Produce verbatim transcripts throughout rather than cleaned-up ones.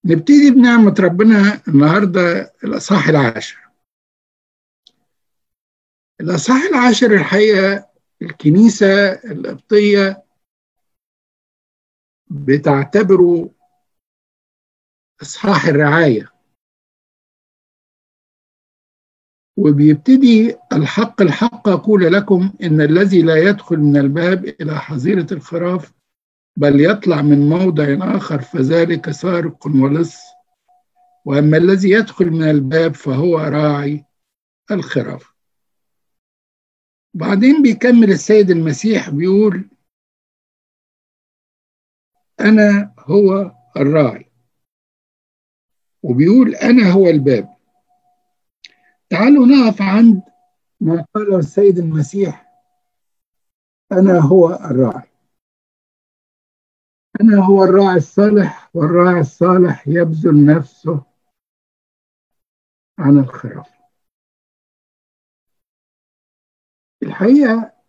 نبتدي بنعمة ربنا النهاردة الأصحاح العاشر. الأصحاح العاشر الحقيقة الكنيسة القبطية بتعتبره إصحاح الرعاية، وبيبتدي الحق الحق أقول لكم إن الذي لا يدخل من الباب إلى حظيرة الخراف بل يطلع من موضع آخر فذلك سارق ولص، وأما الذي يدخل من الباب فهو راعي الخراف. بعدين بيكمل السيد المسيح بيقول أنا هو الراعي، وبيقول أنا هو الباب. تعالوا نقف عند ما قاله السيد المسيح أنا هو الراعي. أنا هو الراعي الصالح، والراعي الصالح يبذل نفسه عن الخراف. الحقيقة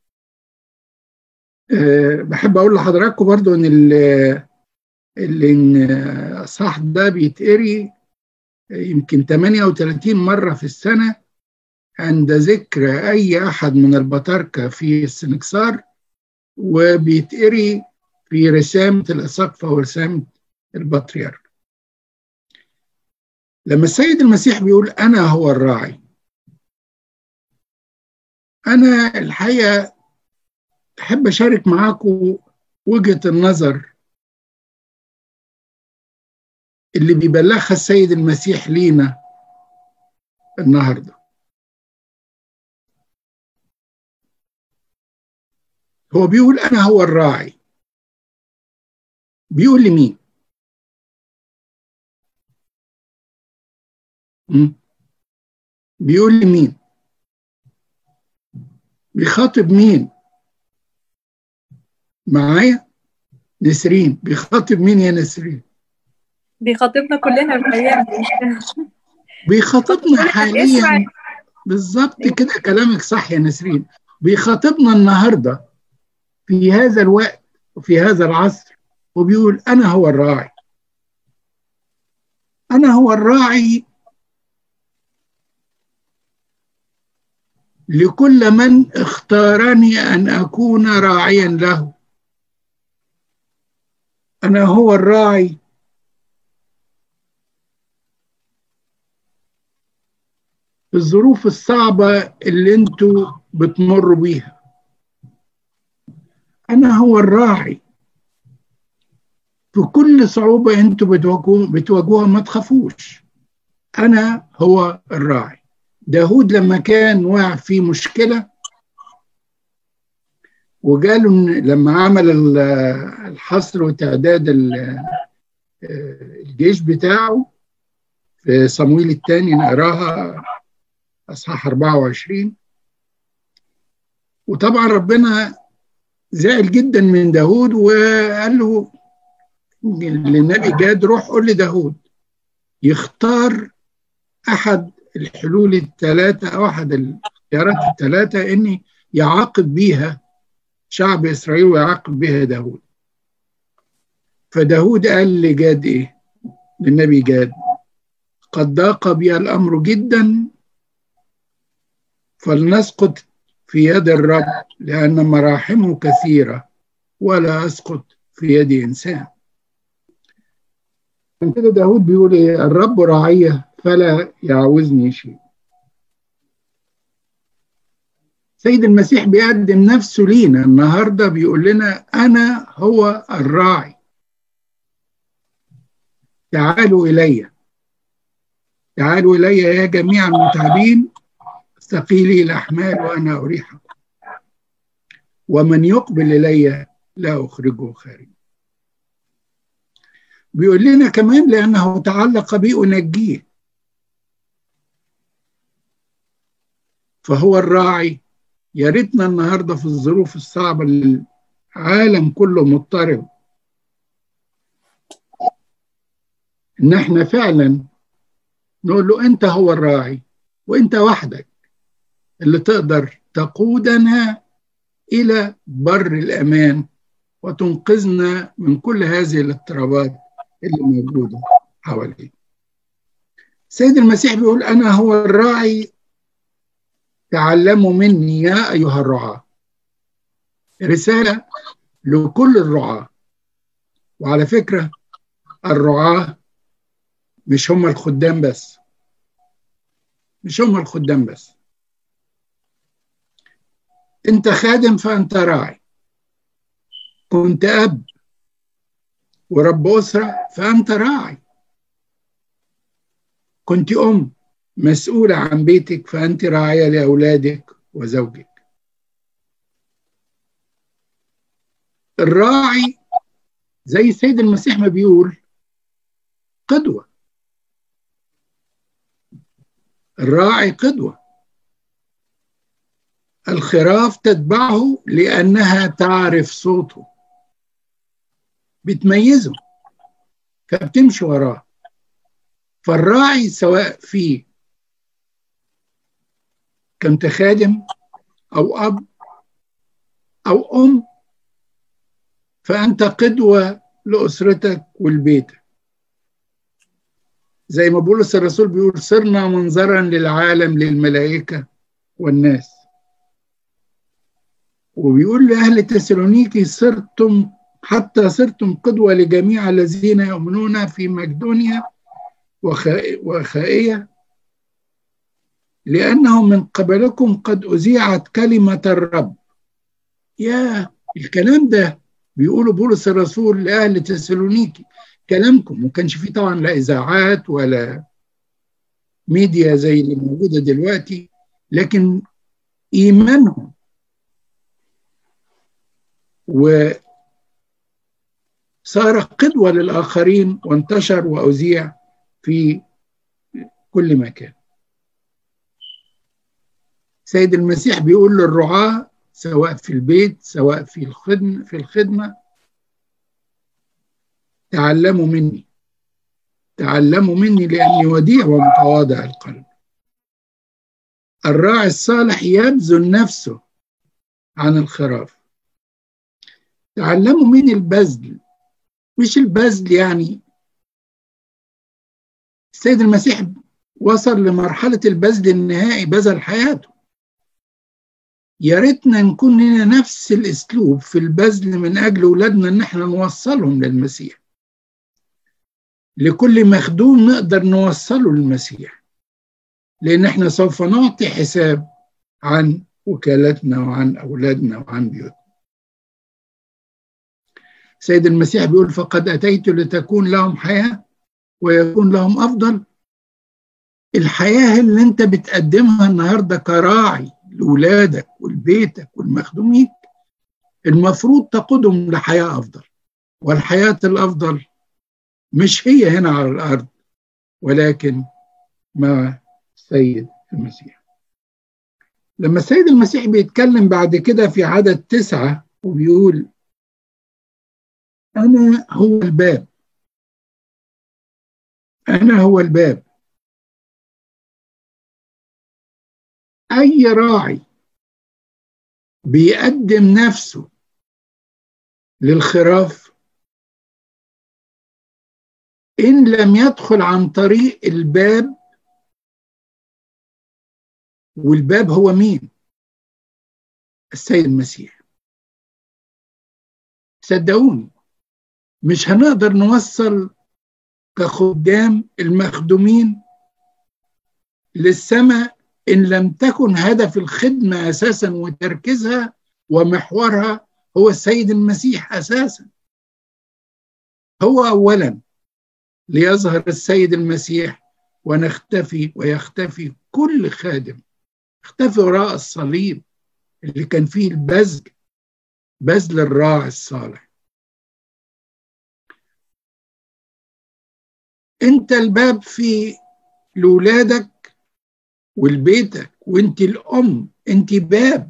أه بحب أقول لحضراتكم برضو إن الإصحاح ده بيتقري يمكن ثمانية وثلاثين مرة في السنة عند ذكر أي أحد من البطاركة في السنكسار، وبيتقري في رسامة الأساقفة ورسامة البطريرك. لما السيد المسيح بيقول أنا هو الراعي، أنا الحقيقة أحب أشارك معاكم وجهة النظر اللي بيبلغها السيد المسيح لينا النهاردة. هو بيقول أنا هو الراعي، بيقول لمين؟ بيقول لمين؟ بيخاطب مين؟ معايا؟ نسرين بيخاطب مين يا نسرين؟ بيخاطبنا كلنا الحقيقة. بيخاطبنا حاليا بالظبط كده، كلامك صح يا نسرين. بيخاطبنا النهاردة في هذا الوقت وفي هذا العصر، وبيقول أنا هو الراعي. أنا هو الراعي لكل من اختارني أن أكون راعيا له. أنا هو الراعي في الظروف الصعبة اللي انتوا بتمروا بيها. أنا هو الراعي في كل صعوبة انتوا بتواجهوها بتواجهوها ما تخافوش. أنا هو الراعي. داود لما كان واقع في مشكلة وقالوا لما عمل الحصر وتعداد الجيش بتاعه في صمويل الثاني نقراها أصحاح أربعة وعشرين، وطبعا ربنا زعل جدا من داود وقال له للنبي جاد روح قول لداود يختار أحد الحلول الثلاثة أو أحد الاختيارات الثلاثة إني يعاقب بيها شعب إسرائيل ويعاقب بها داود. فداود قال لجاد إيه؟ للنبي جاد قد ضاق بي الأمر جدا فلنسقط في يد الرب لأن مراحمه كثيرة ولا أسقط في يد إنسان. من كده داود بيقول إيه؟ الرب راعيه فلا يعوزني شيء. سيد المسيح بيقدم نفسه لينا النهاردة، بيقول لنا أنا هو الراعي، تعالوا إلي تعالوا إلي يا جميع المتعبين ثقيلي الأحمال وأنا أريحكم، ومن يقبل إلي لا أخرجه خارج. بيقول لنا كمان لأنه تعلق بي أنجيه. فهو الراعي. يا ريتنا النهارده في الظروف الصعبة اللي العالم كله مضطرب إن احنا فعلا نقول له أنت هو الراعي، وأنت وحدك اللي تقدر تقودنا إلى بر الأمان وتنقذنا من كل هذه الاضطرابات اللي موجودة. حواليه. السيد المسيح بيقول أنا هو الراعي تعلموا مني يا أيها الرعاة. رسالة لكل الرعاة. وعلى فكرة الرعاة مش هم الخدام بس، مش هم الخدام بس. انت خادم فانت راعي، كنت اب ورب اسره فانت راعي، كنت ام مسؤوله عن بيتك فانت راعيه لاولادك وزوجك. الراعي زي السيد المسيح ما بيقول قدوه. الراعي قدوه. الخراف تتبعه لانها تعرف صوته، بتميزه فبتمشي وراه. فالراعي سواء فيه كنت خادم أو أب أو أم فأنت قدوة لأسرتك ولبيتك. زي ما بولس الرسول بيقول صرنا منظرا للعالم للملائكة والناس. وبيقول لأهل تسالونيكي صرتم حتى صرتم قدوة لجميع الذين يؤمنون في مقدونيا وأخائية لأنهم من قبلكم قد أذيعت كلمة الرب. يا الكلام ده بيقولوا بولس الرسول لأهل تسالونيكي. كلامكم ما كانش فيه طبعا لا إذاعات ولا ميديا زي اللي موجودة دلوقتي، لكن إيمانهم وصار قدوة للآخرين وانتشر وأذيع في كل مكان. سيد المسيح بيقول للرعاة سواء في البيت سواء في الخدمة في الخدمة تعلموا مني، تعلموا مني لأني وديع ومتواضع القلب. الراعي الصالح يبذل نفسه عن الخراف. تعلموا مني البذل، مش البذل يعني السيد المسيح وصل لمرحلة البذل النهائي، بذل حياته. يا ريتنا نكون لنا نفس الاسلوب في البذل من اجل اولادنا، ان احنا نوصلهم للمسيح. لكل مخدوم نقدر نوصله للمسيح، لان احنا سوف نعطي حساب عن وكالتنا وعن اولادنا وعن بيوتنا. سيد المسيح بيقول فقد اتيت لتكون لهم حياة ويكون لهم افضل. الحياة اللي انت بتقدمها النهاردة كراعي لأولادك ولبيتك والمخدومين المفروض تقودهم لحياة أفضل. والحياة الأفضل مش هي هنا على الأرض ولكن مع السيد المسيح. لما السيد المسيح بيتكلم بعد كده في عدد تسعة وبيقول أنا هو الباب، أنا هو الباب. أي راعي بيقدم نفسه للخراف إن لم يدخل عن طريق الباب، والباب هو مين؟ السيد المسيح. صدقوني مش هنقدر نوصل كخدام المخدومين للسماء إن لم تكن هدف الخدمة أساسا وتركيزها ومحورها هو السيد المسيح أساسا. هو أولا ليظهر السيد المسيح ونختفي ويختفي كل خادم، اختفي وراء الصليب اللي كان فيه البذل، بذل الراعي الصالح. انت الباب في لولادك ولبيتك، وانت الام، انت باب.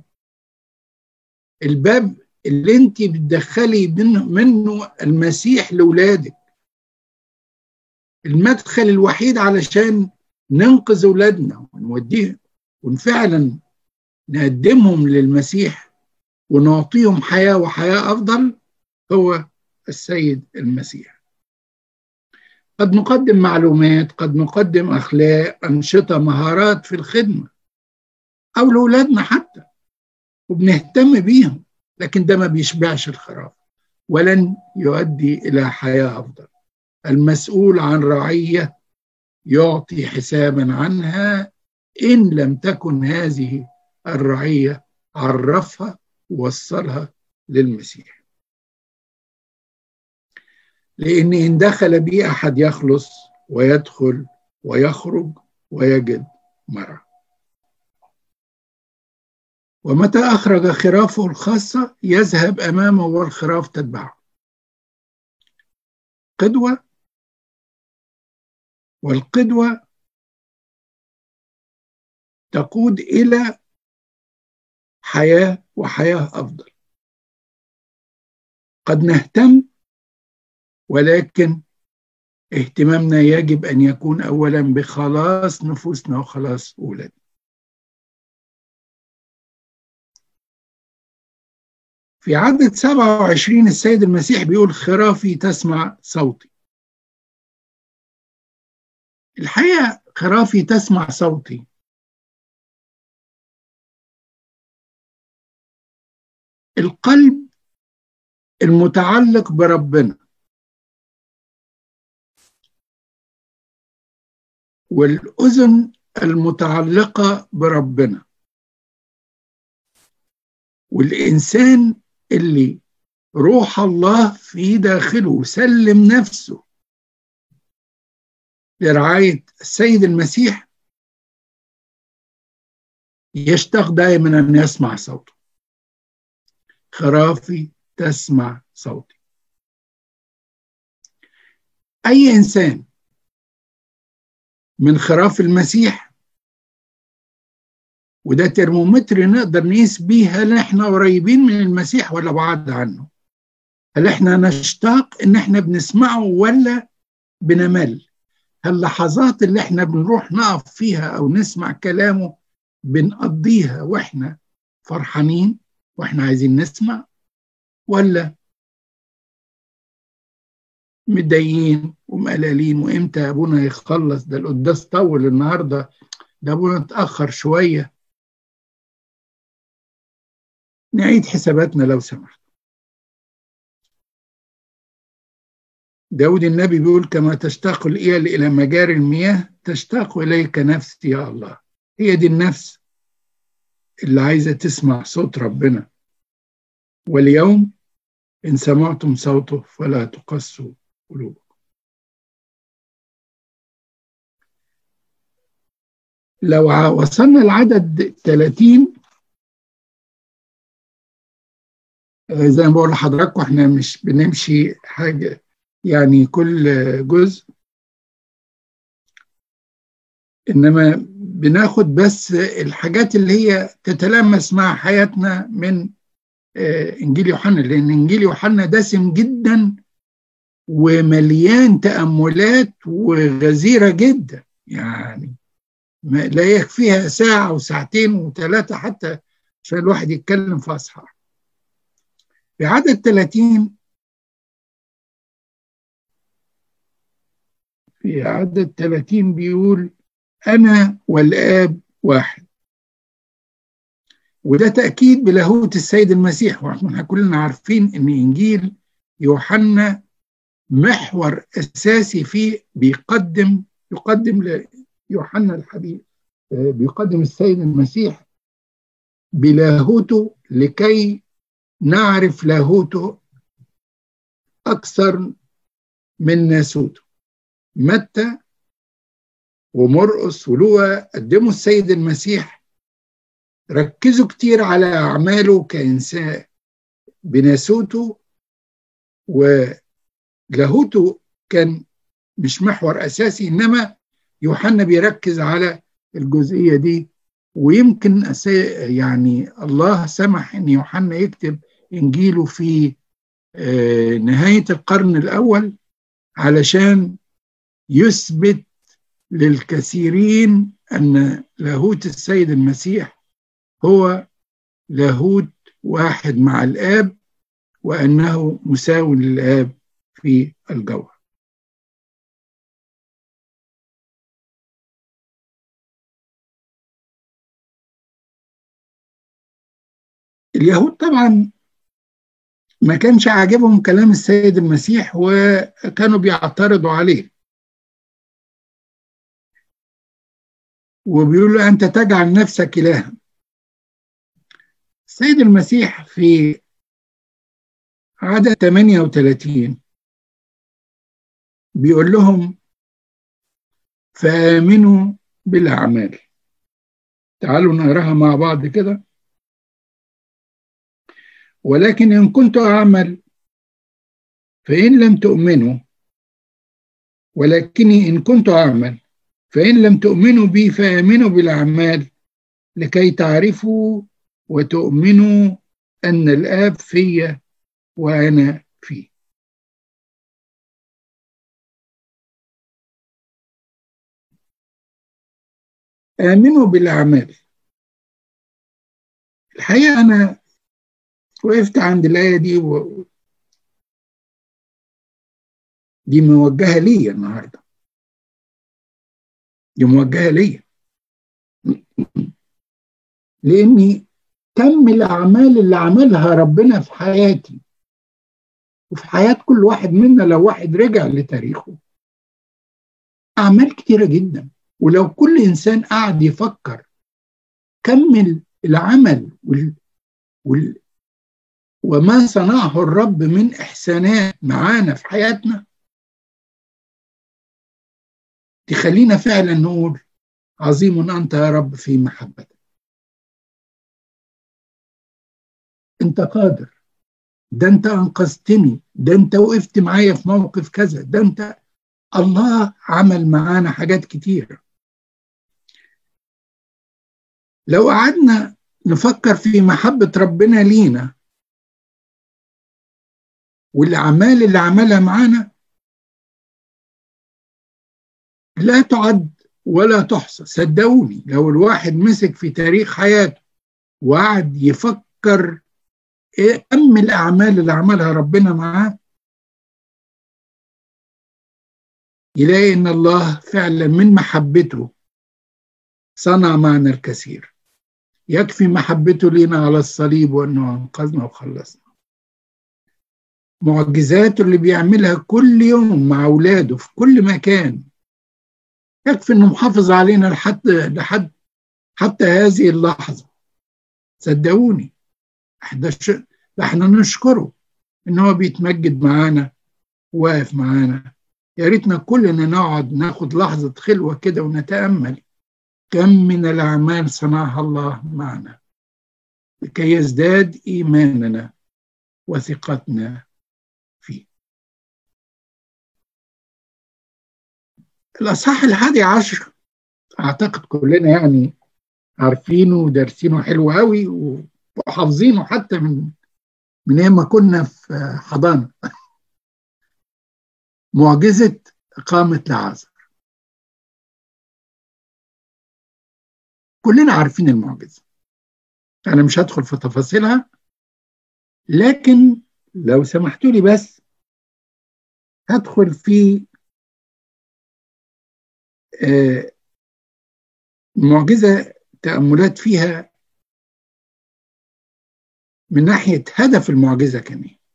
الباب اللي انت بتدخلي منه, منه المسيح لولادك، المدخل الوحيد علشان ننقذ اولادنا ونوديهم وفعلا نقدمهم للمسيح ونعطيهم حياة وحياة أفضل هو السيد المسيح. قد نقدم معلومات، قد نقدم أخلاق، أنشطة، مهارات في الخدمة أو لأولادنا حتى، وبنهتم بيهم، لكن ده ما بيشبعش الخراف ولن يؤدي إلى حياة أفضل. المسؤول عن رعية يعطي حسابا عنها إن لم تكن هذه الرعية عرفها ووصلها للمسيح. لأن إن دخل بي أحد يخلص ويدخل ويخرج ويجد مرعى. ومتى أخرج خرافه الخاصة يذهب أمامه والخراف تتبعه. قدوة، والقدوة تقود إلى حياة وحياة أفضل. قد نهتم، ولكن اهتمامنا يجب أن يكون أولا بخلاص نفوسنا وخلاص أولادنا. في عدد سبعة وعشرين السيد المسيح بيقول خرافي تسمع صوتي. الحقيقة خرافي تسمع صوتي القلب المتعلق بربنا والأذن المتعلقة بربنا والإنسان اللي روح الله في داخله سلم نفسه لرعاية السيد المسيح يشتاق دائما أن يسمع صوته. خرافي تسمع صوتي. أي إنسان من خراف المسيح، وده ترمومتر نقدر نقيس بيه هل احنا قريبين من المسيح ولا بعاد عنه، هل احنا نشتاق ان احنا بنسمعه ولا بنمل، هل اللحظات اللي احنا بنروح نقف فيها او نسمع كلامه بنقضيها واحنا فرحانين واحنا عايزين نسمع، ولا متضايقين ومقلقين وامتى ابونا يخلص، ده القداس طول النهارده، ده ابونا اتاخر شويه. نعيد حساباتنا لو سمحت. داود النبي بيقول كما تشتاق الإيل إلى مجاري المياه تشتاق إليك نفسي يا الله. هي دي النفس اللي عايزة تسمع صوت ربنا. واليوم إن سمعتم صوته فلا تقسوا قلوبكم. لو وصلنا العدد ثلاثين، زي ما بقول لحضراتكم احنا مش بنمشي حاجة يعني كل جزء، إنما بناخد بس الحاجات اللي هي تتلامس مع حياتنا من إنجيل يوحنا، لأن إنجيل يوحنا دسم جدا ومليان تأملات وغزيرة جدا، يعني لا يكفيها ساعة وساعتين وثلاثة حتى عشان الواحد يتكلم في أصحاح. في عدد ثلاثين في عدد ثلاثين بيقول أنا والآب واحد، وده تأكيد بلاهوت السيد المسيح. واحنا كلنا عارفين إن إنجيل يوحنا محور أساسي فيه بيقدم يقدم ليوحنا الحبيب، بيقدم السيد المسيح بلاهوته لكي نعرف لاهوته أكثر من ناسوته. متى ومرقس ولوقا قدموا السيد المسيح، ركزوا كتير على أعماله كإنسان بناسوته، ولاهوته كان مش محور أساسي، إنما يوحنا بيركز على الجزئية دي. ويمكن يعني الله سمح إن يوحنا يكتب إنجيله في نهاية القرن الأول علشان يثبت للكثيرين أن لاهوت السيد المسيح هو لاهوت واحد مع الآب، وأنه مساو للآب في الجوهر. اليهود طبعا ما كانش عاجبهم كلام السيد المسيح وكانوا بيعترضوا عليه وبيقولوا أنت تجعل نفسك إلها. السيد المسيح في عدد ثمانية وثلاثين بيقول لهم فآمنوا بالأعمال. تعالوا نقراها مع بعض كده. ولكن إن كنت أعمل فإن لم تؤمنوا ولكني إن كنت أعمل فإن لم تؤمنوا بي فآمنوا بالأعمال لكي تعرفوا وتؤمنوا أن الآب في وأنا فيه. آمنوا بالأعمال. الحقيقة أنا وقفت عند الآية دي و... دي موجهة لي النهاردة، دي موجهة لي لأني كم الأعمال اللي عملها ربنا في حياتي وفي حياة كل واحد منا لو واحد رجع لتاريخه، أعمال كتيرة جدا. ولو كل إنسان قاعد يفكر كم العمل وال... وال... وما صنعه الرب من إحسانات معانا في حياتنا تخلينا فعلا نقول عظيم أنت يا رب في محبتك. أنت قادر، ده أنت أنقذتني، ده أنت وقفت معايا في موقف كذا، ده أنت الله عمل معانا حاجات كتيرة. لو قعدنا نفكر في محبة ربنا لينا والأعمال اللي عملها معانا لا تعد ولا تحصى. صدقوني لو الواحد مسك في تاريخ حياته وقعد يفكر ايه أم الأعمال اللي عملها ربنا معاه يلاقي إن الله فعلا من محبته صنع معنا الكثير. يكفي محبته لنا على الصليب وأنه أنقذنا وخلصنا. معجزاته اللي بيعملها كل يوم مع أولاده في كل مكان، يكفي أنه محافظ علينا لحد لحد حتى هذه اللحظة. صدقوني احنا نشكره ان هو بيتمجد معانا واقف معانا. يا ريتنا كلنا نقعد ناخد لحظة خلوة كده ونتأمل كم من الأعمال صنعها الله معنا لكي يزداد إيماننا وثقتنا فيه. الأصحاح الحادي عشر أعتقد كلنا يعني عارفينه ودارسينه حلو قوي وحافظينه حتى من من ايام ما كنا في حضانة. معجزة إقامة لعازر. كلنا عارفين المعجزة، أنا مش هدخل في تفاصيلها، لكن لو سمحتوا لي بس هدخل في المعجزة تأملات فيها من ناحية هدف المعجزة كان ايه.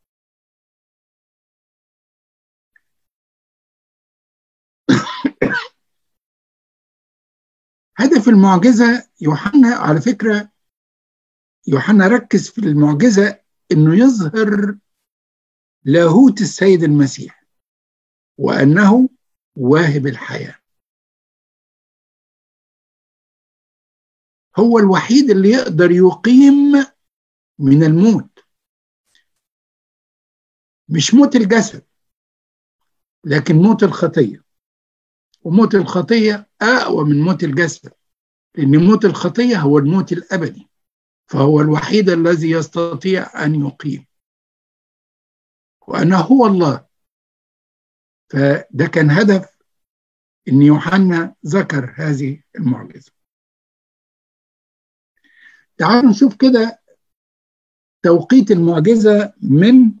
هدف المعجزة يوحنا على فكرة، يوحنا ركز في المعجزة انه يظهر لاهوت السيد المسيح وأنه واهب الحياة. هو الوحيد اللي يقدر يقيم من الموت، مش موت الجسد لكن موت الخطية. وموت الخطية أقوى من موت الجسد لأن موت الخطية هو الموت الأبدي، فهو الوحيد الذي يستطيع أن يقيم وأنه هو الله. فده كان هدف أن يوحنا ذكر هذه المعجزة. تعالوا نشوف كده توقيت المعجزة من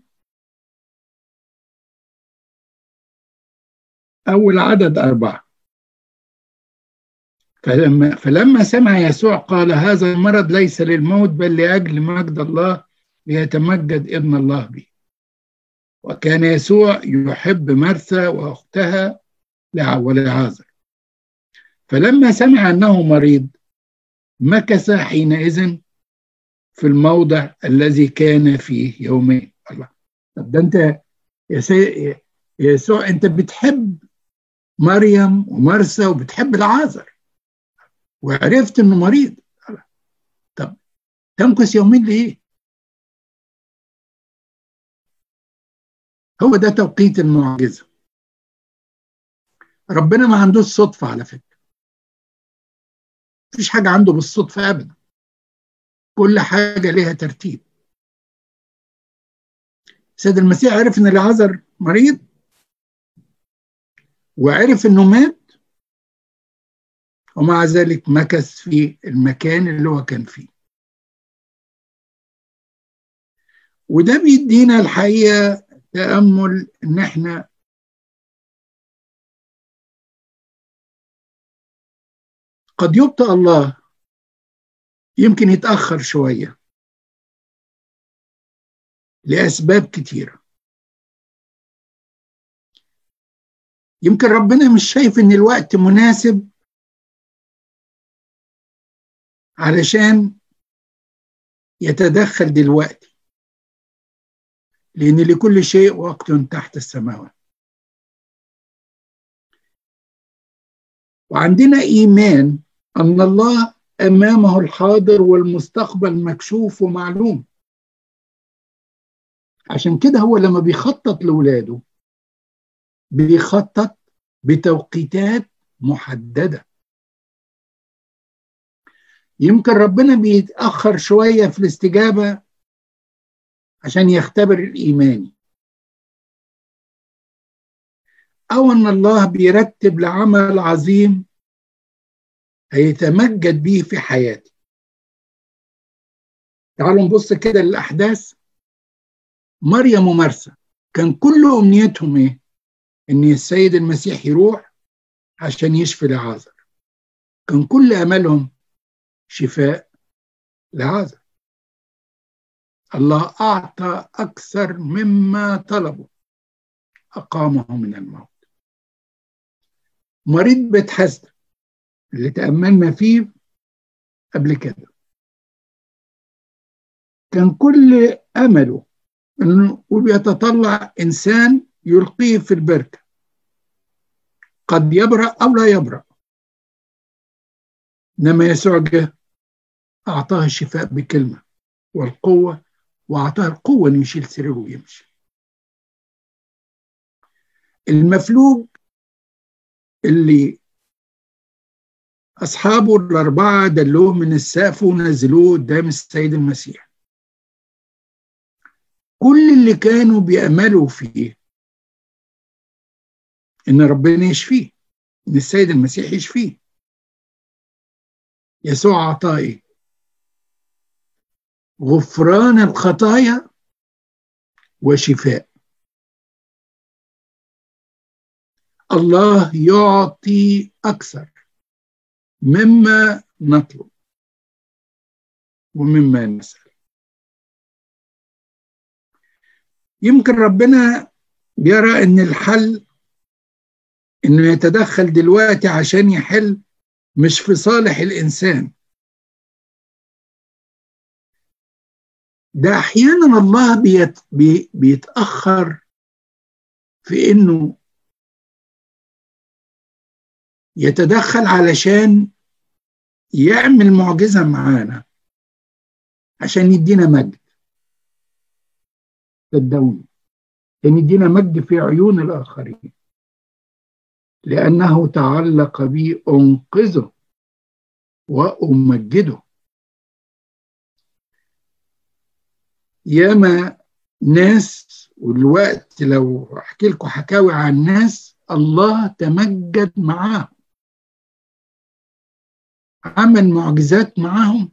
أول عدد أربعة. فلما, فلما سمع يسوع قال هذا المرض ليس للموت بل لأجل مجد الله ليتمجد ابن الله به. وكان يسوع يحب مرثا وأختها ولعازر. فلما سمع أنه مريض مكث حينئذ في الموضع الذي كان فيه يومين. الله، طب ده أنت يا سي... يسوع أنت بتحب مريم ومرثا وبتحب العازر وعرفت أنه مريض، طب تمكث يومين ليه؟ هو ده توقيت المعجزة. ربنا ما عندوش صدفة على فكرة، مفيش حاجة عنده بالصدفة أبدا، كل حاجة ليها ترتيب. سيد المسيح عرف ان العازر مريض وعرف انه مات، ومع ذلك مكث في المكان اللي هو كان فيه. وده بيدينا الحقيقة تأمل ان احنا قد يبطئ الله، يمكن يتأخر شوية لأسباب كتيرة. يمكن ربنا مش شايف ان الوقت مناسب علشان يتدخل دلوقتي، لأن لكل شيء وقت تحت السماوات. وعندنا إيمان أن الله أمامه الحاضر والمستقبل مكشوف ومعلوم. عشان كده هو لما بيخطط لولاده بيخطط بتوقيتات محددة. يمكن ربنا بيتأخر شوية في الاستجابة عشان يختبر الإيمان، أو أن الله بيرتب لعمل عظيم هيتمجد به في حياتي. تعالوا نبص كده للأحداث. مريم ومرثا كان كل أمنيتهم إيه؟ إن السيد المسيح يروح عشان يشفي لعازر. كان كل أملهم شفاء لعازر. الله أعطى أكثر مما طلبوا، أقامه من الموت. مريض بيت حسد اللي تأملنا فيه قبل كده كان كل أمله إنه بيتطلع إنسان يلقيه في البركة، قد يبرأ أو لا يبرأ. إنما يسوع جه أعطاه الشفاء بكلمة والقوة، وأعطاه القوة إنه يشيل سريره ويمشي. المفلوج اللي أصحابه الأربعة دلوه من السقف ونزلوه قدام السيد المسيح، كل اللي كانوا بيأملوا فيه إن ربنا يشفيه، إن السيد المسيح يشفيه. يسوع أعطاه إيه؟ غفران الخطايا وشفاء. الله يعطي أكثر مما نطلب ومما نسأل. يمكن ربنا بيرى إن الحل إنه يتدخل دلوقتي عشان يحل، مش في صالح الإنسان. ده أحيانا الله بيت بي بيتأخر في إنه يتدخل علشان يعمل معجزة معانا عشان يدينا مجد. صدقوني، عشان يدينا مجد في عيون الآخرين، لأنه تعلق بي أنقذه وأمجده. ياما ناس، والوقت لو أحكي لكم حكاوي عن ناس الله تمجد معاهم، عمل معجزات معاهم،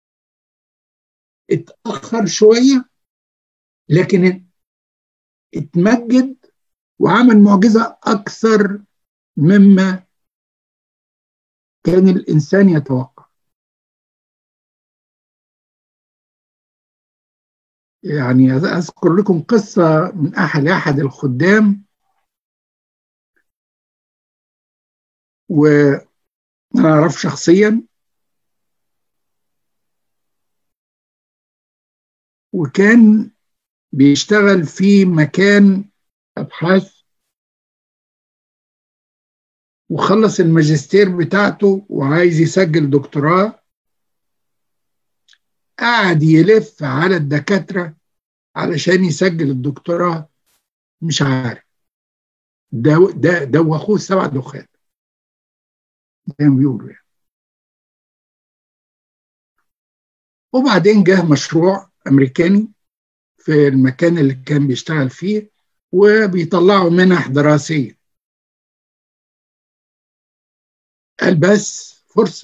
اتأخر شوية لكن اتمجد وعمل معجزة أكثر مما كان الإنسان يتوقع. يعني أذكر لكم قصة من أحد أحد الخدام، وأنا أعرف شخصيا، وكان بيشتغل في مكان أبحاث، وخلص الماجستير بتاعته وعايز يسجل دكتوراه. قاعد يلف على الدكاترة علشان يسجل الدكتوراه، مش عارف. ده ده دوخوه سبع دخات زي ما بيقولوا يعني. وبعدين جه مشروع أمريكاني في المكان اللي كان بيشتغل فيه، وبيطلعوا منح دراسية. قال بس فرصة.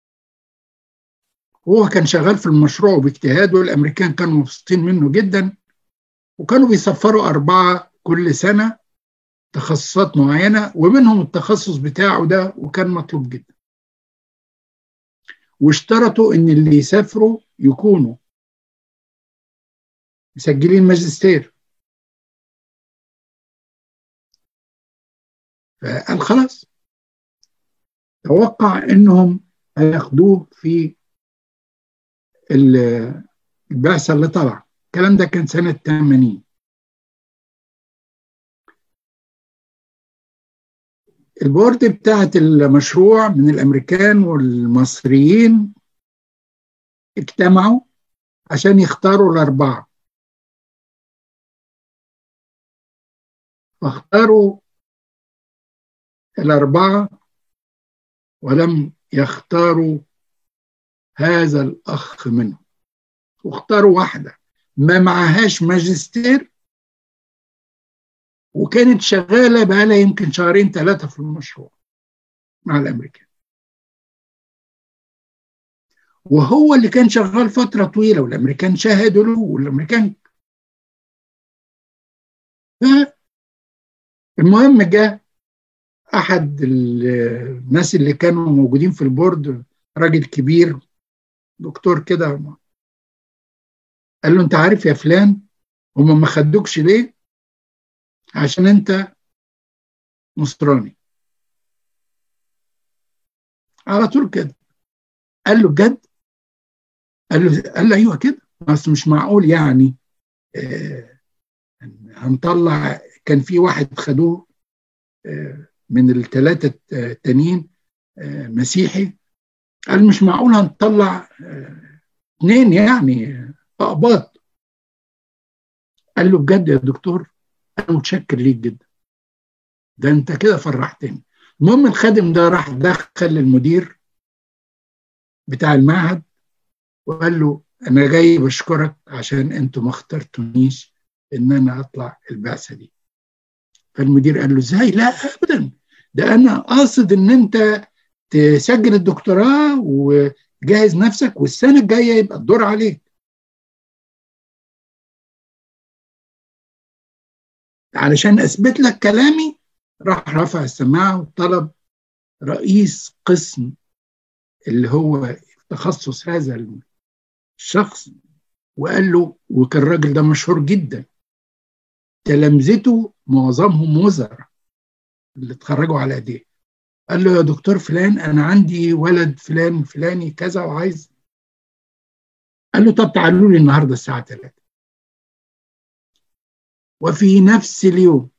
هو كان شغال في المشروع باجتهاد، والأمريكان كانوا مبسوطين منه جدا، وكانوا بيسفروا أربعة كل سنة تخصصات معينة، ومنهم التخصص بتاعه ده، وكان مطلوب جدا. واشترطوا ان اللي يسافروا يكونوا مسجلين ماجستير. فقال خلاص، توقع انهم هياخدوه في البعثة اللي طلع. الكلام ده كان سنة ثمانين. البورد بتاعت المشروع من الأمريكان والمصريين اجتمعوا عشان يختاروا الأربعة. فاختاروا الأربعة، ولم يختاروا هذا الأخ منهم، واختاروا واحدة ما معهاش ماجستير، وكانت شغالة بقالها يمكن شهرين ثلاثة في المشروع مع الأمريكان، وهو اللي كان شغال فترة طويلة، والأمريكان شاهدوا له. والأمريكان المهم جاء أحد الناس اللي كانوا موجودين في البورد، راجل كبير دكتور كده، قال له أنت عارف يا فلان هم ما خدوكش ليه؟ عشان أنت نصراني. على طول كده قال له بجد؟ قال له قال له ايوه كده، بس مش معقول يعني. آه هنطلع، كان في واحد خدوه آه من الثلاثه التانيين آه مسيحي. قال مش معقول هنطلع آه اثنين يعني اقباط. قال له بجد يا دكتور انا متشكر ليك جدا، ده انت كده فرحتني. المهم الخادم ده راح دخل المدير بتاع المعهد وقال له انا جاي بشكرك عشان انتوا ما اخترتونيش ان انا اطلع البعثه دي. فالمدير قال له ازاي؟ لا ابدا، ده انا قاصد ان انت تسجل الدكتوراه وجهز نفسك، والسنه الجايه يبقى الدور عليك. علشان اثبت لك كلامي راح رفع السماعه وطلب رئيس قسم اللي هو تخصص هذا الشخص، وقال له، وكان الراجل ده مشهور جدا، تلامذته معظمهم وزراء اللي اتخرجوا على ايديه. قال له يا دكتور فلان انا عندي ولد فلان فلاني كذا وعايز. قال له طب تعالوا لي النهارده الساعه ثلاثة. وفي نفس اليوم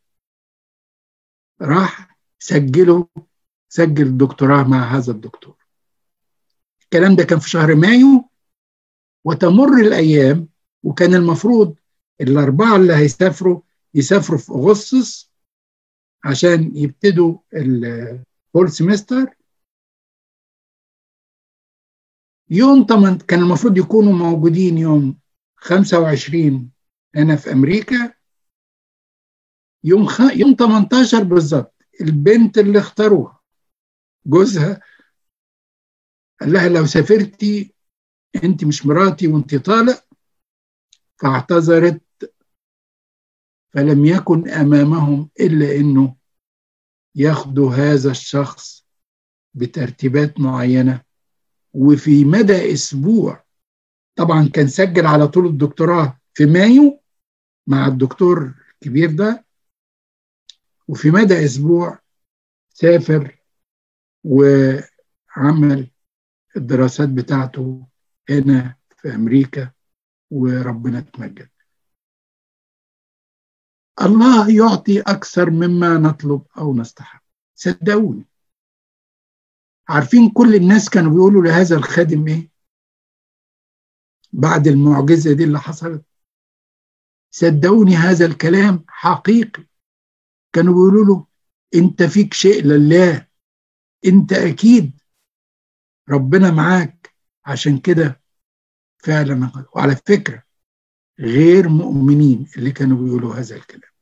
راح سجله، سجل الدكتوراه مع هذا الدكتور. الكلام ده كان في شهر مايو، وتمر الايام، وكان المفروض الاربعه اللي هيسافروا يسافروا في اغسطس عشان يبتدوا الفول سيمستر. يوم تمن كان المفروض يكونوا موجودين يوم خمسة وعشرين هنا في أمريكا. يوم خ... يوم تمنتاشر بالظبط البنت اللي اختاروها جوزها قال لها لو سافرتي انت مش مراتي وانت طالق. فاعتذرت، فلم يكن أمامهم إلا إنه ياخدوا هذا الشخص بترتيبات معينة، وفي مدى أسبوع، طبعا كان سجل على طول الدكتوراه في مايو مع الدكتور الكبير ده، وفي مدى أسبوع سافر وعمل الدراسات بتاعته هنا في أمريكا، وربنا اتمجد. الله يعطي أكثر مما نطلب أو نستحق، صدقوني. عارفين كل الناس كانوا بيقولوا لهذا الخادم إيه بعد المعجزة دي اللي حصلت؟ صدقوني هذا الكلام حقيقي. كانوا بيقولوا له أنت فيك شيء لله، أنت أكيد ربنا معاك، عشان كده فعلا. وعلى فكرة غير مؤمنين اللي كانوا بيقولوا هذا الكلام.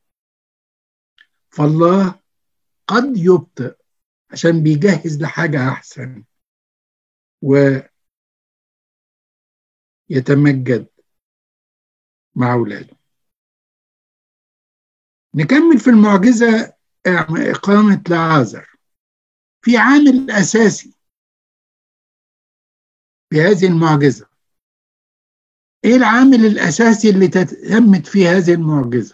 فالله قد يبطئ عشان بيجهز لحاجة أحسن ويتمجد مع أولاده. نكمل في المعجزة إقامة لعازر. في عامل أساسي في هذه المعجزة. إيه العامل الأساسي اللي تمت فيه هذه المعجزة؟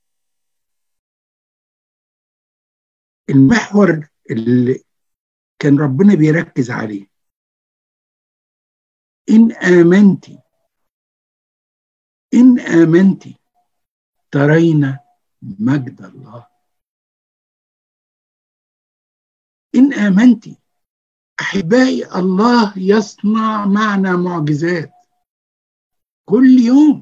المحور اللي كان ربنا بيركز عليه: إن آمنتي إن آمنتي ترين مجد الله. إن آمنتي. أحبائي، الله يصنع معنا معجزات كل يوم،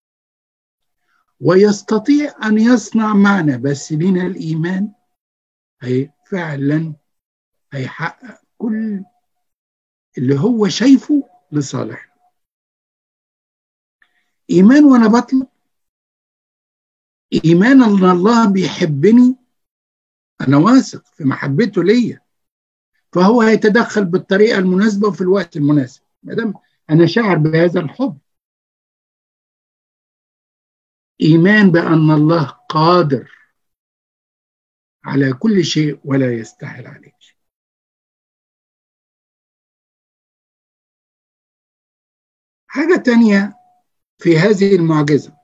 ويستطيع أن يصنع معنا، بس لنا الإيمان هي فعلا هيحقق كل اللي هو شايفه لصالحنا. إيمان وأنا بطلب، إيمان أن الله بيحبني، أنا واثق في محبته ليا، فهو هيتدخل بالطريقة المناسبة وفي الوقت المناسب ما دام أنا شاعر بهذا الحب. إيمان بأن الله قادر على كل شيء ولا يستحيل عليه شيء. حاجة تانية في هذه المعجزة: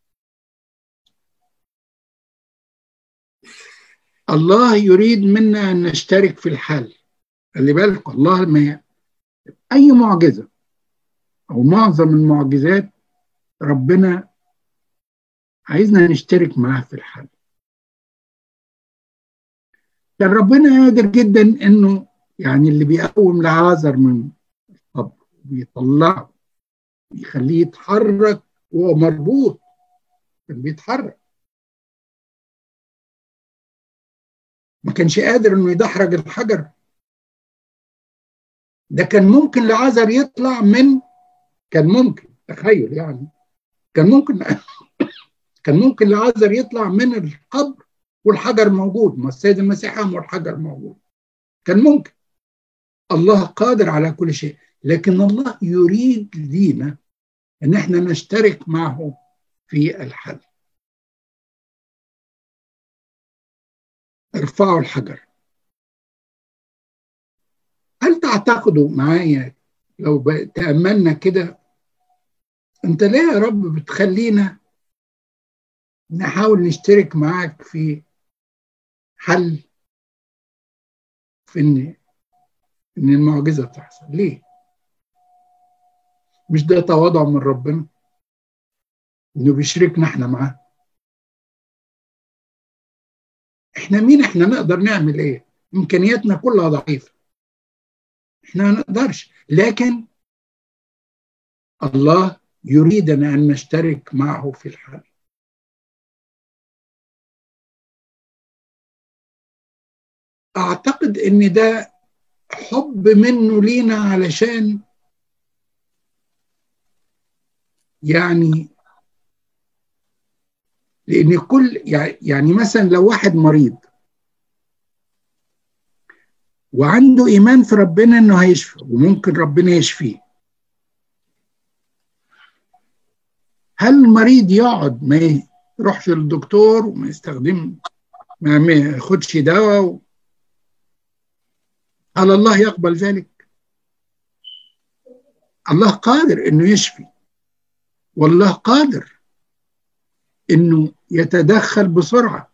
الله يريد منا أن نشترك في الحل. خلي بالك، الله ما أي معجزة أو معظم المعجزات ربنا عايزنا نشترك معاه في الحل. كان ربنا قادر جدا إنه يعني اللي بيقوم لعازر من القبر بيطلعه يخليه يتحرك وهو مربوط، كان بيتحرك. ما كانش قادر إنه يدحرج الحجر ده. كان ممكن لعازر يطلع من كان ممكن تخيل يعني كان ممكن كان ممكن لعازر يطلع من القبر والحجر موجود، ما السيد المسيح قام والحجر موجود. كان ممكن. الله قادر على كل شيء، لكن الله يريد لينا ان احنا نشترك معه في الحل. ارفعوا الحجر. هل تعتقدوا معايا لو تأملنا كده، انت ليه يا رب بتخلينا نحاول نشترك معاك في حل، في ان ان المعجزة تحصل؟ ليه؟ مش ده تواضع من ربنا انه بيشركنا احنا معاه؟ احنا مين؟ احنا نقدر نعمل ايه؟ امكانياتنا كلها ضعيفة، احنا ما نقدرش، لكن الله يريدنا ان نشترك معه في الحل. اعتقد ان ده حب منه لينا، علشان يعني لان كل يعني مثلا لو واحد مريض وعنده ايمان في ربنا انه هيشفى وممكن ربنا يشفيه، هل المريض يقعد ما يروحش للدكتور وما يستخدم ما ياخدش دواء هل الله يقبل ذلك؟ الله قادر انه يشفي، والله قادر انه يتدخل بسرعة.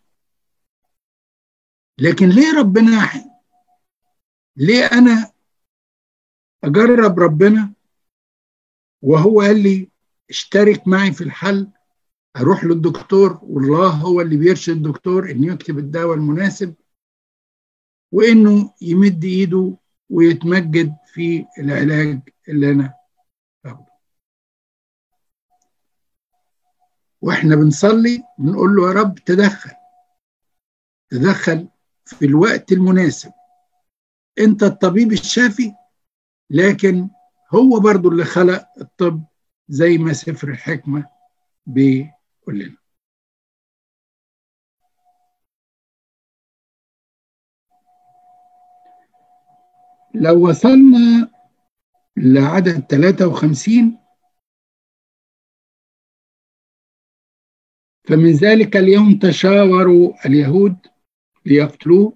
لكن ليه ربنا، ليه انا اجرب ربنا وهو قال لي اشترك معي في الحل، اروح للدكتور والله هو اللي بيرشد الدكتور انه يكتب الدواء المناسب، وانه يمد ايده ويتمجد في العلاج اللي انا باخده. واحنا بنصلي بنقول له يا رب تدخل تدخل في الوقت المناسب، انت الطبيب الشافي، لكن هو برضو اللي خلق الطب زي ما سفر الحكمة بيقول لنا. لو وصلنا لعدد ثلاثة وخمسين، فمن ذلك اليوم تشاوروا اليهود ليقتلوه،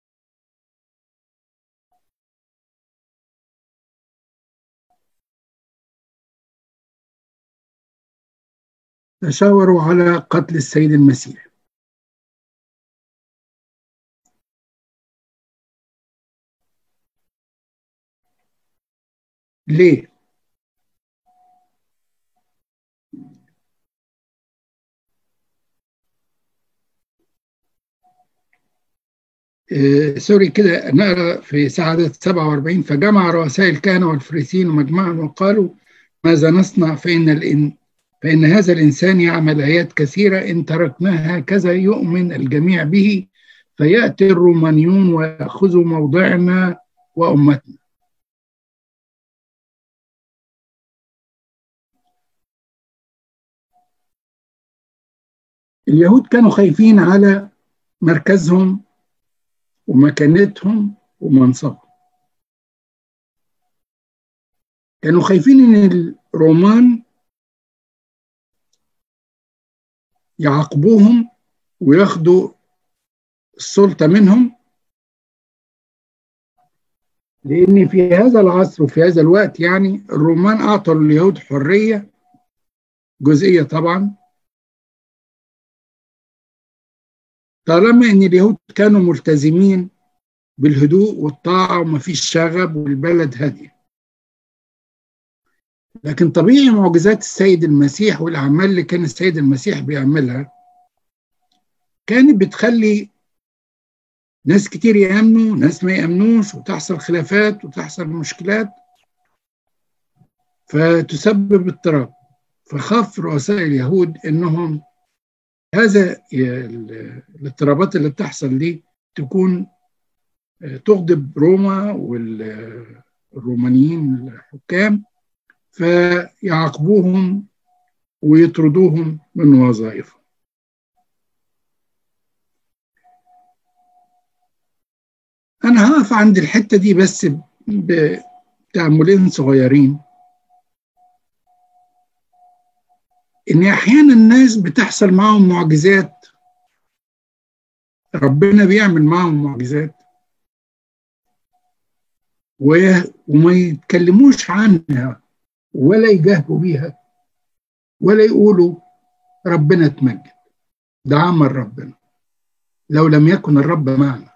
تشاوروا على قتل السيد المسيح. ليه؟ آه سوري كده، نقرأ في عدد سبعة وأربعين: فجمع رؤساء الكهنة والفريسيين ومجمعا وقالوا ماذا نصنع؟ فإن الإن فإن هذا الإنسان يعمل آيات كثيرة، إن تركناه هكذا يؤمن الجميع به، فيأتي الرومانيون ويأخذوا موضعنا وأمتنا. اليهود كانوا خايفين على مركزهم ومكانتهم ومنصبهم، كانوا خايفين ان الرومان يعاقبوهم وياخدوا السلطة منهم، لان في هذا العصر وفي هذا الوقت يعني الرومان اعطوا اليهود حرية جزئية طبعا، طالما ان اليهود كانوا ملتزمين بالهدوء والطاعة ومفيش شغب والبلد هادية. لكن طبيعي معجزات السيد المسيح والأعمال اللي كان السيد المسيح بيعملها كانت بتخلي ناس كتير يأمنوا، ناس ما يأمنوش، وتحصل خلافات وتحصل مشكلات فتسبب اضطراب. فخاف رؤساء اليهود انهم هذا الاضطرابات اللي بتحصل دي تكون تغضب روما والرومانيين الحكام، فيعاقبوهم ويطردوهم من وظائفهم. أنا هقف عند الحتة دي بس بتأملين صغيرين، إن أحيانا الناس بتحصل معهم معجزات، ربنا بيعمل معهم معجزات وما يتكلموش عنها ولا يجاهبوا بيها ولا يقولوا ربنا اتمجد، ده عمل ربنا، لو لم يكن الرب معنا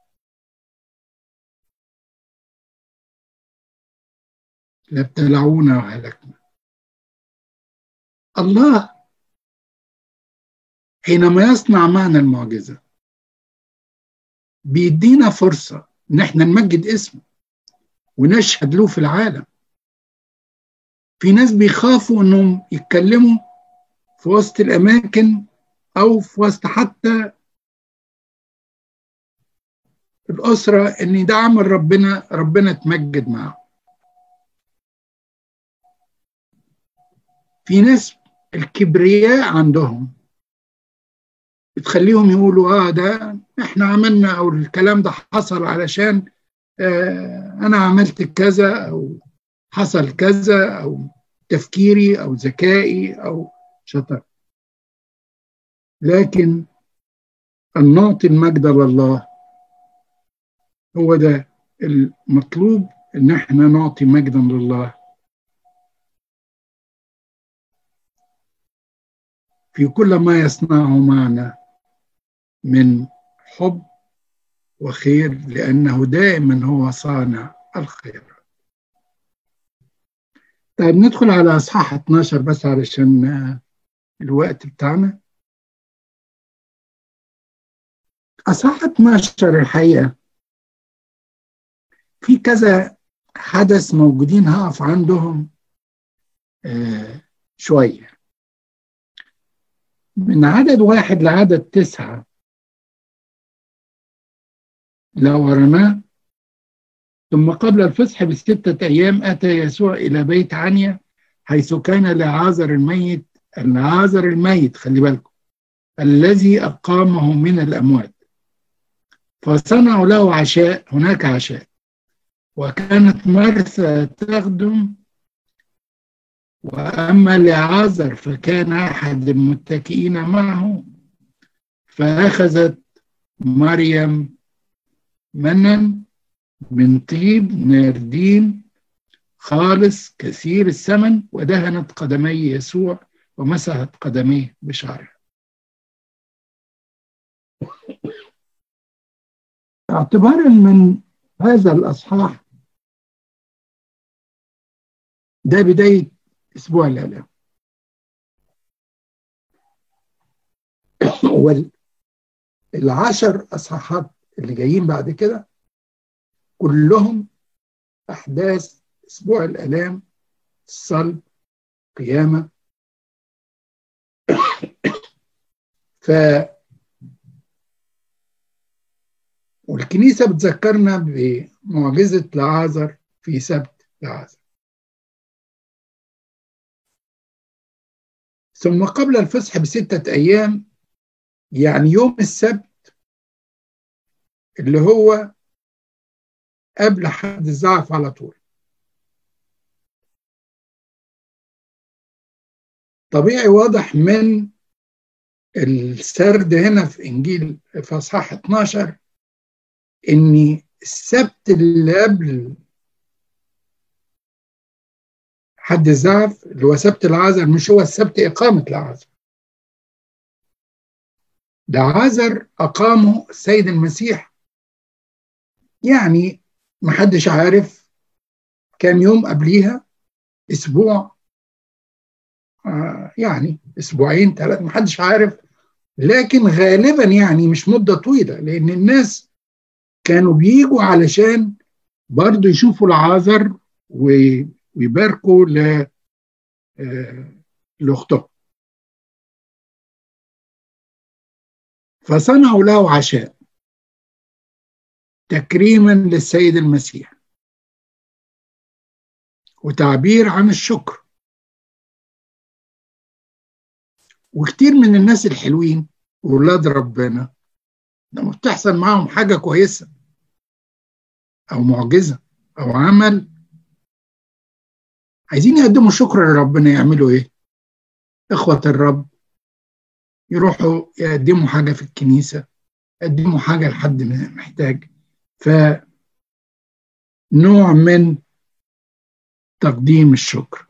لابتلعونا وهلكنا. الله حينما يصنع معنا المعجزة بيدينا فرصة ان احنا نمجد اسمه ونشهد له في العالم. في ناس بيخافوا انهم يتكلموا في وسط الاماكن او في وسط حتى الاسرة ان ده عمل ربنا، ربنا تمجد معه. في ناس الكبرياء عندهم بتخليهم يقولوا اه ده احنا عملنا، او الكلام ده حصل علشان آه انا عملت كذا، او حصل كذا، او تفكيري او ذكائي او شطر. لكن ان نعطي المجد لله هو ده المطلوب ان احنا نعطي مجدا لله في كل ما يصنعه معنا من حب وخير، لأنه دائما هو صانع الخير. طيب ندخل على أصحاح اتناشر بس علشان الوقت بتاعنا. أصحاح اتناشر الحقيقة في كذا حدث موجودين هقف عندهم آه شوية. من عدد واحد لعدد تسعة لو ورناه: ثم قبل الفصح بستة أيام أتى يسوع إلى بيت عنيا حيث كان لعازر الميت العازر الميت خلي بالكم الذي أقامه من الأموات، فصنعوا له عشاء. هناك عشاء، وكانت مرثا تخدم، وأما لعازر فكان أحد المتكئين معه. فأخذت مريم منا من طيب ناردين خالص كثير الثمن، ودهنت قدمي يسوع ومسحت قدميه بشعرها. اعتبارا من هذا الأصحاح ده بداية أسبوع الآلام، والعشر أصحاحات اللي جايين بعد كده كلهم أحداث أسبوع الآلام، الصلب، قيامة. ف والكنيسة بتذكرنا بمعجزة لعازر في سبت لعازر. ثم قبل الفصح بستة أيام، يعني يوم السبت اللي هو قبل حد الزعف على طول. طبيعي واضح من السرد هنا في إنجيل في أصحاح اتناشر إن السبت اللي قبل حد الزعف اللي هو سبت العازر مش هو السبت إقامة العازر. ده عازر أقامه السيد المسيح، يعني محدش عارف كام يوم قبليها، أسبوع آه يعني أسبوعين ثلاثة، محدش عارف، لكن غالبا يعني مش مدة طويلة، لأن الناس كانوا بيجوا علشان برضو يشوفوا العازر ويباركوا ل لأخته. فصنعوا له عشاء تكريما للسيد المسيح وتعبير عن الشكر. وكتير من الناس الحلوين وولاد ربنا لما بتحصل معاهم حاجة كويسة أو معجزة أو عمل عايزين يقدموا شكر لربنا، يعملوا إيه؟ إخوة الرب يروحوا يقدموا حاجة في الكنيسة، يقدموا حاجة لحد محتاج، فنوع من تقديم الشكر.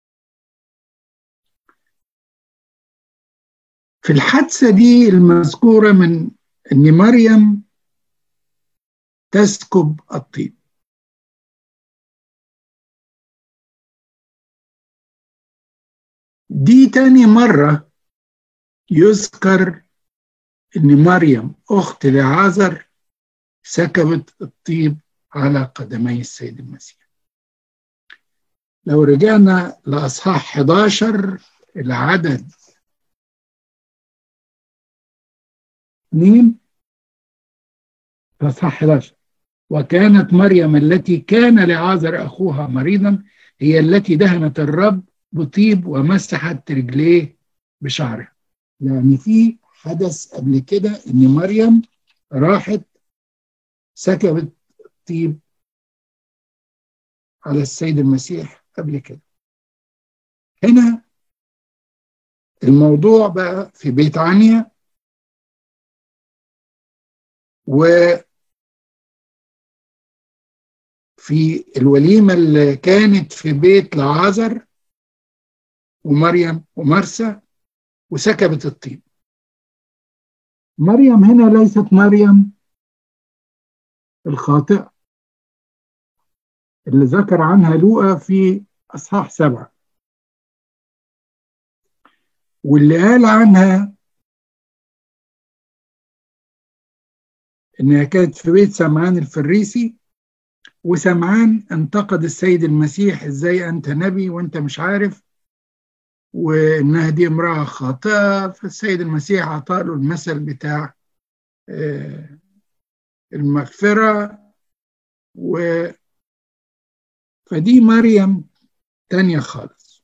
في الحادثة دي المذكورة من أن مريم تسكب الطيب، دي تاني مرة يذكر أن مريم أخت لعازر سكبت الطيب على قدمي السيد المسيح. لو رجعنا لأصحاح حداشر العدد اثنين، أصحاح حداشر: وكانت مريم التي كان لعازر أخوها مريضا هي التي دهنت الرب بطيب ومسحت رجليه بشعرها. يعني في حدث قبل كده ان مريم راحت سكبت طيب على السيد المسيح قبل كده. هنا الموضوع بقى في بيت عنيا، و في الوليمة اللي كانت في بيت لعازر ومريم ومرسى وسكبت الطين. مريم هنا ليست مريم الخاطئة اللي ذكر عنها لوقا في أصحاح سبعة، واللي قال عنها إنها كانت في بيت سمعان الفريسي، وسمعان انتقد السيد المسيح: إزاي أنت نبي وأنت مش عارف، وإنها دي امرأة خاطئة. فالسيد المسيح أعطى له المثل بتاع المغفرة. و فدي مريم تانية خالص.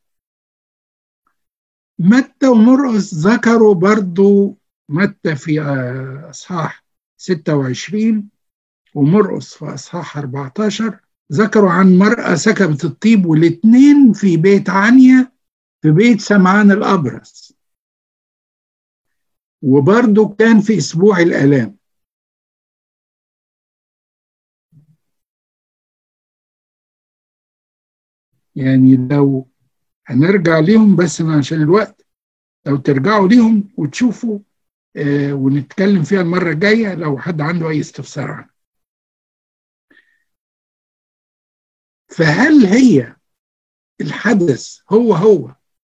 متى ومرقس ذكروا برضو، متى في أصحاح ستة وعشرين ومرقس في أصحاح أربعة عشر، ذكروا عن مرأة سكبت الطيب، والاثنين في بيت عنيا في بيت سمعان الأبرص، وبرضو كان في أسبوع الآلام. يعني لو هنرجع ليهم بس عشان الوقت، لو ترجعوا ليهم وتشوفوا آه ونتكلم فيها المرة الجاية لو حد عنده أي استفسار عنها. فهل هي الحدث هو هو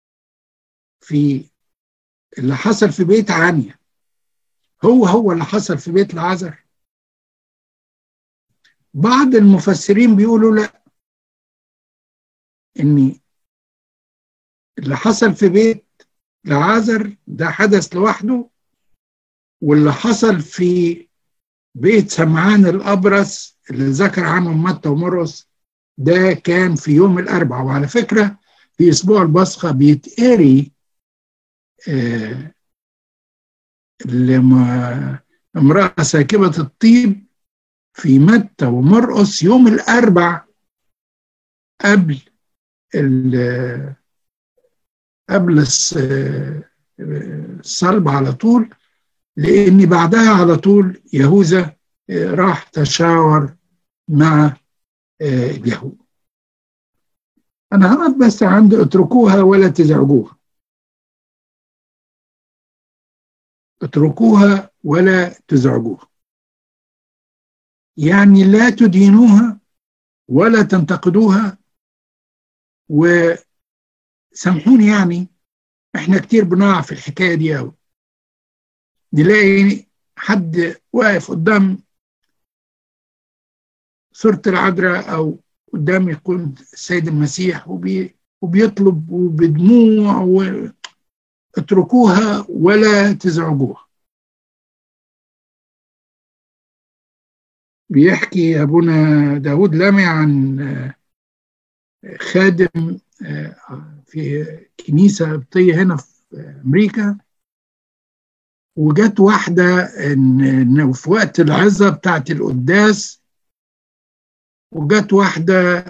في اللي حصل في بيت عنيا هو هو اللي حصل في بيت العازر؟ بعض المفسرين بيقولوا لا، ان اللي حصل في بيت العازر ده حدث لوحده، واللي حصل في بيت سمعان الأبرص اللي ذكر عنه متى ومرقس ده كان في يوم الأربعاء. وعلى فكرة في أسبوع البصخة بيتقري آه لما امرأة ساكبة الطيب في متى ومرقس يوم الأربع قبل قبل الصلب على طول، لأن بعدها على طول يهوذا راح تشاور مع اليهود. أنا هقف بس عند اتركوها ولا تزعجوها. اتركوها ولا تزعجوها، يعني لا تدينوها ولا تنتقدوها. وسامحوني يعني احنا كتير بنقع في الحكاية دي قوي، نلاقي حد واقف قدام صورة العذراء أو قدام يكون السيد المسيح وبي وبيطلب وبدموع و... اتركوها ولا تزعجوها. بيحكي أبونا داود لامي عن خادم في كنيسة قبطية هنا في أمريكا، وجت واحدة إن في وقت العظة بتاعت القداس، وجت واحدة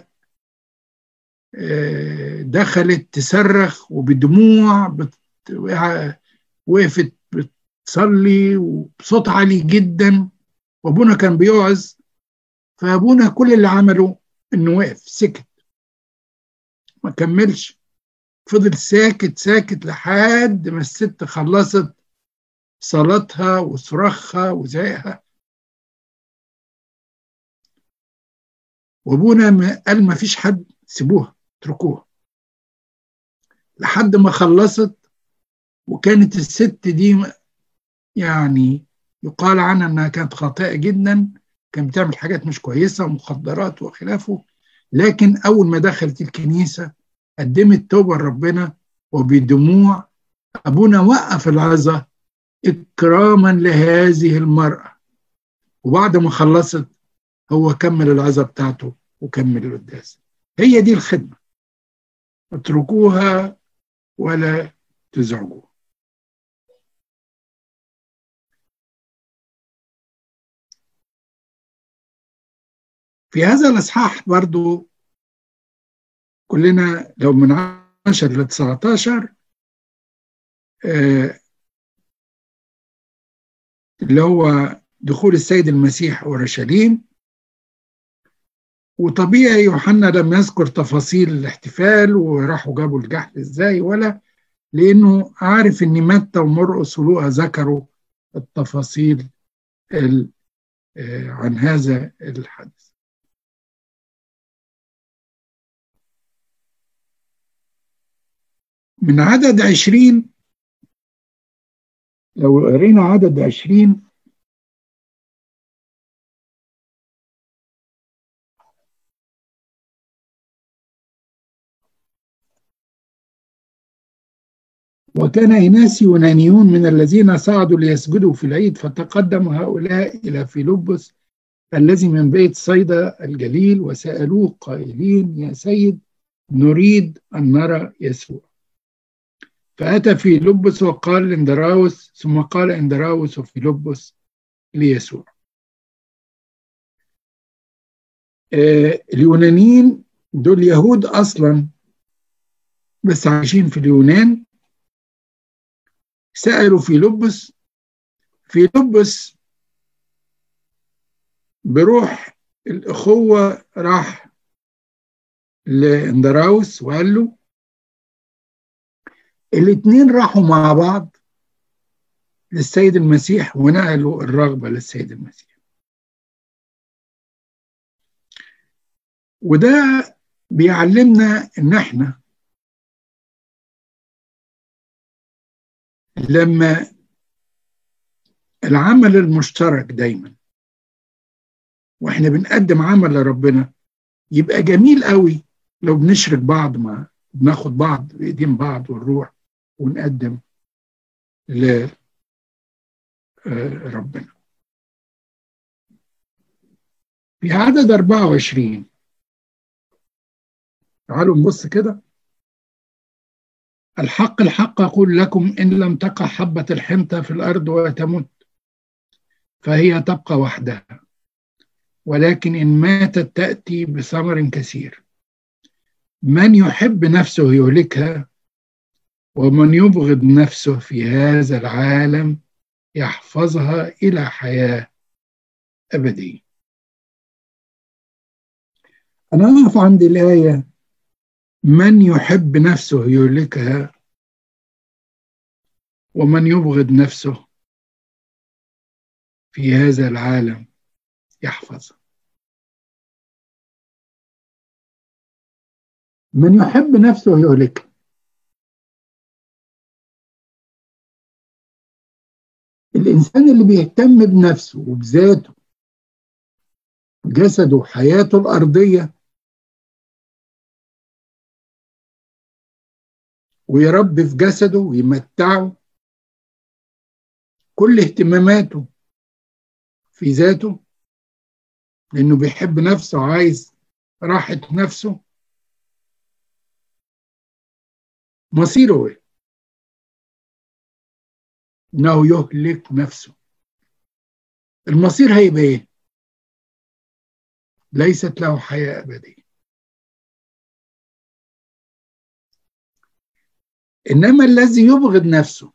دخلت تصرخ وبدموع بت... وقفت بتصلي وبصوت عالي جدا، وابونا كان بيوعظ. فابونا كل اللي عمله انه وقف سكت ما كملش، فضل ساكت ساكت لحد ما الست خلصت صلاتها وصراخها وزعقها. وابونا قال ما فيش حد، سيبوها اتركوها، لحد ما خلصت. وكانت الست دي يعني يقال عنها انها كانت خاطئة جدا، كانت بتعمل حاجات مش كويسة ومخدرات وخلافه، لكن اول ما دخلت الكنيسة قدمت توبة لربنا وبدموع. ابونا وقف العظة اكراما لهذه المرأة، وبعد ما خلصت هو كمل العظة بتاعته وكمل القداس. هي دي الخدمة، اتركوها ولا تزعجوها. في هذا الإصحاح برضو كلنا لو من عشر ل تسعة عشر آه اللي هو دخول السيد المسيح أورشليم، وطبيعي يوحنا لم يذكر تفاصيل الاحتفال وراحوا جابوا الجحل ازاي، ولا لانه عارف ان متى ومرقس ولوقا ذكروا التفاصيل عن هذا الحدث. من عدد عشرين، لو قرينا عدد عشرين، وكان إناس يونانيون من الذين صعدوا ليسجدوا في العيد، فتقدم هؤلاء إلى فيلبس الذي من بيت صيدا الجليل وسألوه قائلين: يا سيد، نريد أن نرى يسوع. فأتى فيلبس وقال لاندراوس، ثم قال اندراوس وفيلبس ليسوع. آه اليونانيين دول يهود أصلا بس عايشين في اليونان، سألوا فيلبس. فيلبس بروح الأخوة راح لاندراوس وقال له، الاثنين راحوا مع بعض للسيد المسيح ونقلوا الرغبة للسيد المسيح. وده بيعلمنا ان احنا لما العمل المشترك دايما واحنا بنقدم عمل لربنا، يبقى جميل قوي لو بنشرك بعض، مع بناخد بعض بايدين بعض ونروح ونقدم لربنا. في عدد أربعة وعشرين تعالوا نبص كده. الحق الحق أقول لكم، إن لم تقع حبة الحنطة في الأرض وتمت فهي تبقى وحدها، ولكن إن ماتت تأتي بثمر كثير. من يحب نفسه يهلكها، ومن يبغض نفسه في هذا العالم يحفظها إلى حياة أبدية. أنا أقف عند الآية: من يحب نفسه يهلكها، ومن يبغض نفسه في هذا العالم يحفظها. من يحب نفسه يهلكها، الإنسان اللي بيهتم بنفسه وبذاته جسده وحياته الأرضية ويربي في جسده ويمتعه، كل اهتماماته في ذاته لأنه بيحب نفسه وعايز راحة نفسه، مصيره ايه؟ انه يهلك نفسه. المصير هيبقى ايه؟ ليست له حياة أبدية. إنما الذي يبغض نفسه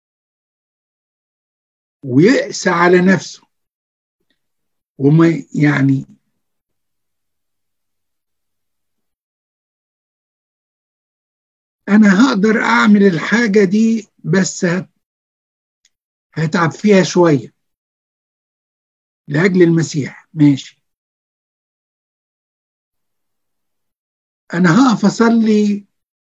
ويأسى على نفسه وما يعني أنا هقدر أعمل الحاجة دي بس هتعب فيها شوية لأجل المسيح، ماشي. أنا هقف أصلي،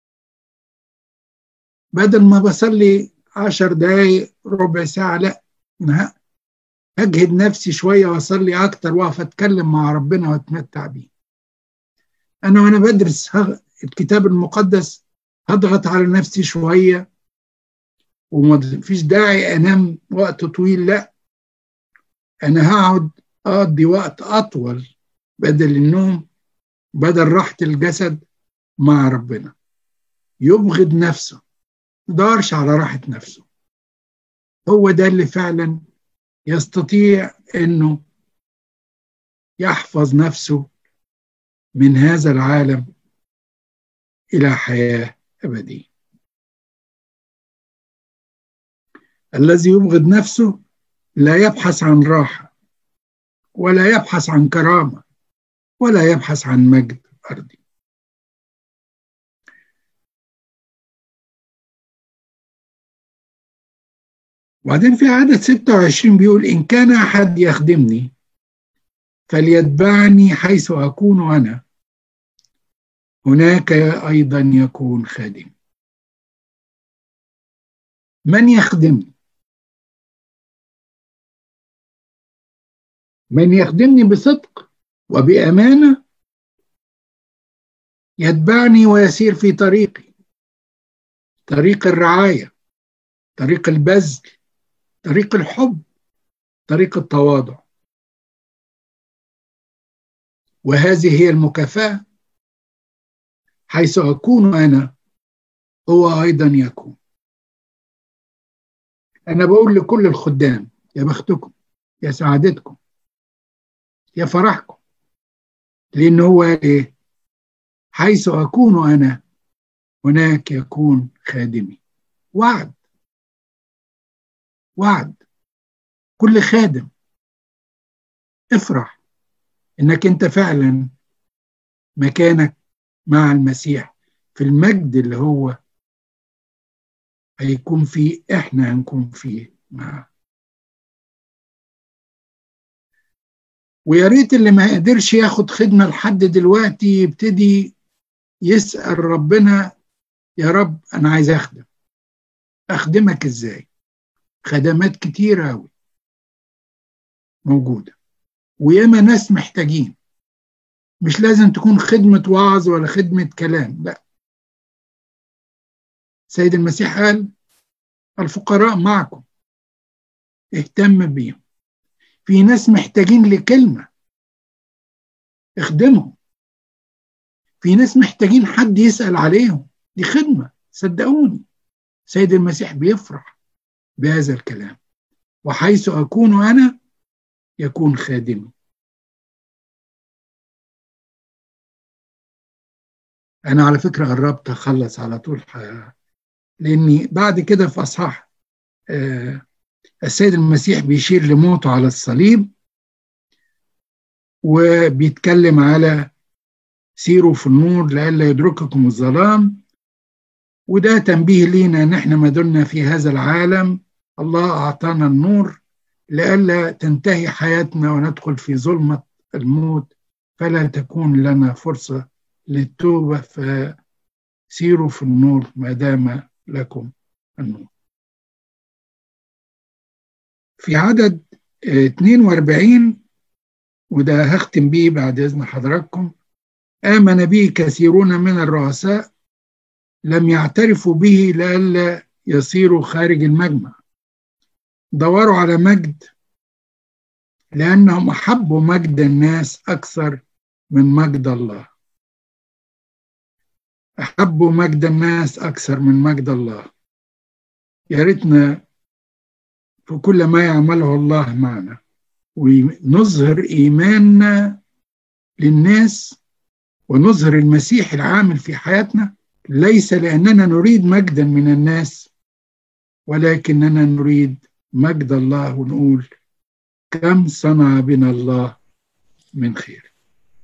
بدل ما بصلي عشر دقايق ربع ساعة، لا، أنا هجهد نفسي شوية وأصلي أكتر وأقف أتكلم مع ربنا وأتمتع بيه. أنا وأنا بدرس الكتاب المقدس هضغط على نفسي شوية وما فيش داعي أنام وقت طويل، لا، أنا هقعد أقضي وقت أطول بدل النوم، بدل راحة الجسد مع ربنا. يبغض نفسه، مدارش على راحة نفسه، هو ده اللي فعلا يستطيع أنه يحفظ نفسه من هذا العالم إلى حياة أبدية. الذي يبغض نفسه لا يبحث عن راحة ولا يبحث عن كرامة ولا يبحث عن مجد أرضي. وبعدين في عدد ستة وعشرين بيقول إن كان أحد يخدمني فليتبعني حيث أكون أنا، هناك أيضا يكون خادم. من يخدمني؟ من يخدمني بصدق وبأمانة يتبعني ويسير في طريقي، طريق الرعاية، طريق البذل، طريق الحب، طريق التواضع. وهذه هي المكافأة، حيث أكون أنا هو أيضا يكون. أنا بقول لكل الخدام يا بختكم، يا سعادتكم، يا فرحكم، لأن هو إيه؟ حيث أكون أنا هناك يكون خادمي. وعد، وعد. كل خادم افرح إنك أنت فعلا مكانك مع المسيح في المجد اللي هو هيكون فيه، إحنا هنكون فيه معه. ويا ريت اللي ما قدرش ياخد خدمة لحد دلوقتي يبتدي يسأل ربنا يا رب أنا عايز أخدم، أخدمك إزاي؟ خدمات كتيرة أوي موجودة، وياما ناس محتاجين. مش لازم تكون خدمة وعظ ولا خدمة كلام، لا. سيد المسيح قال الفقراء معكم، اهتم بيهم. في ناس محتاجين لكلمة، اخدمهم. في ناس محتاجين حد يسأل عليهم، دي خدمة. صدقوني سيد المسيح بيفرح بهذا الكلام. وحيث أكون أنا يكون خادمي. أنا على فكرة قربت أخلص على طول، لأني بعد كده في أصحاح آه السيد المسيح بيشير لموته على الصليب، وبيتكلم على سيروا في النور لئلا يدرككم الظلام. وده تنبيه لينا ان احنا ما دلنا في هذا العالم، الله اعطانا النور لئلا تنتهي حياتنا وندخل في ظلمة الموت، فلا تكون لنا فرصة للتوبة. فسيروا في النور ما دام لكم النور. في عدد اثنين وأربعين، وده هختم بيه بعد إذن حضراتكم: آمن به كثيرون من الرؤساء لم يعترفوا به لئلا يصيروا خارج المجمع. دوروا على مجد لأنهم أحبوا مجد الناس أكثر من مجد الله. أحبوا مجد الناس أكثر من مجد الله. يا ريتنا في كل ما يعمله الله معنا ونظهر إيماننا للناس ونظهر المسيح العامل في حياتنا، ليس لأننا نريد مجدا من الناس، ولكننا نريد مجد الله، ونقول كم صنع بنا الله من خير.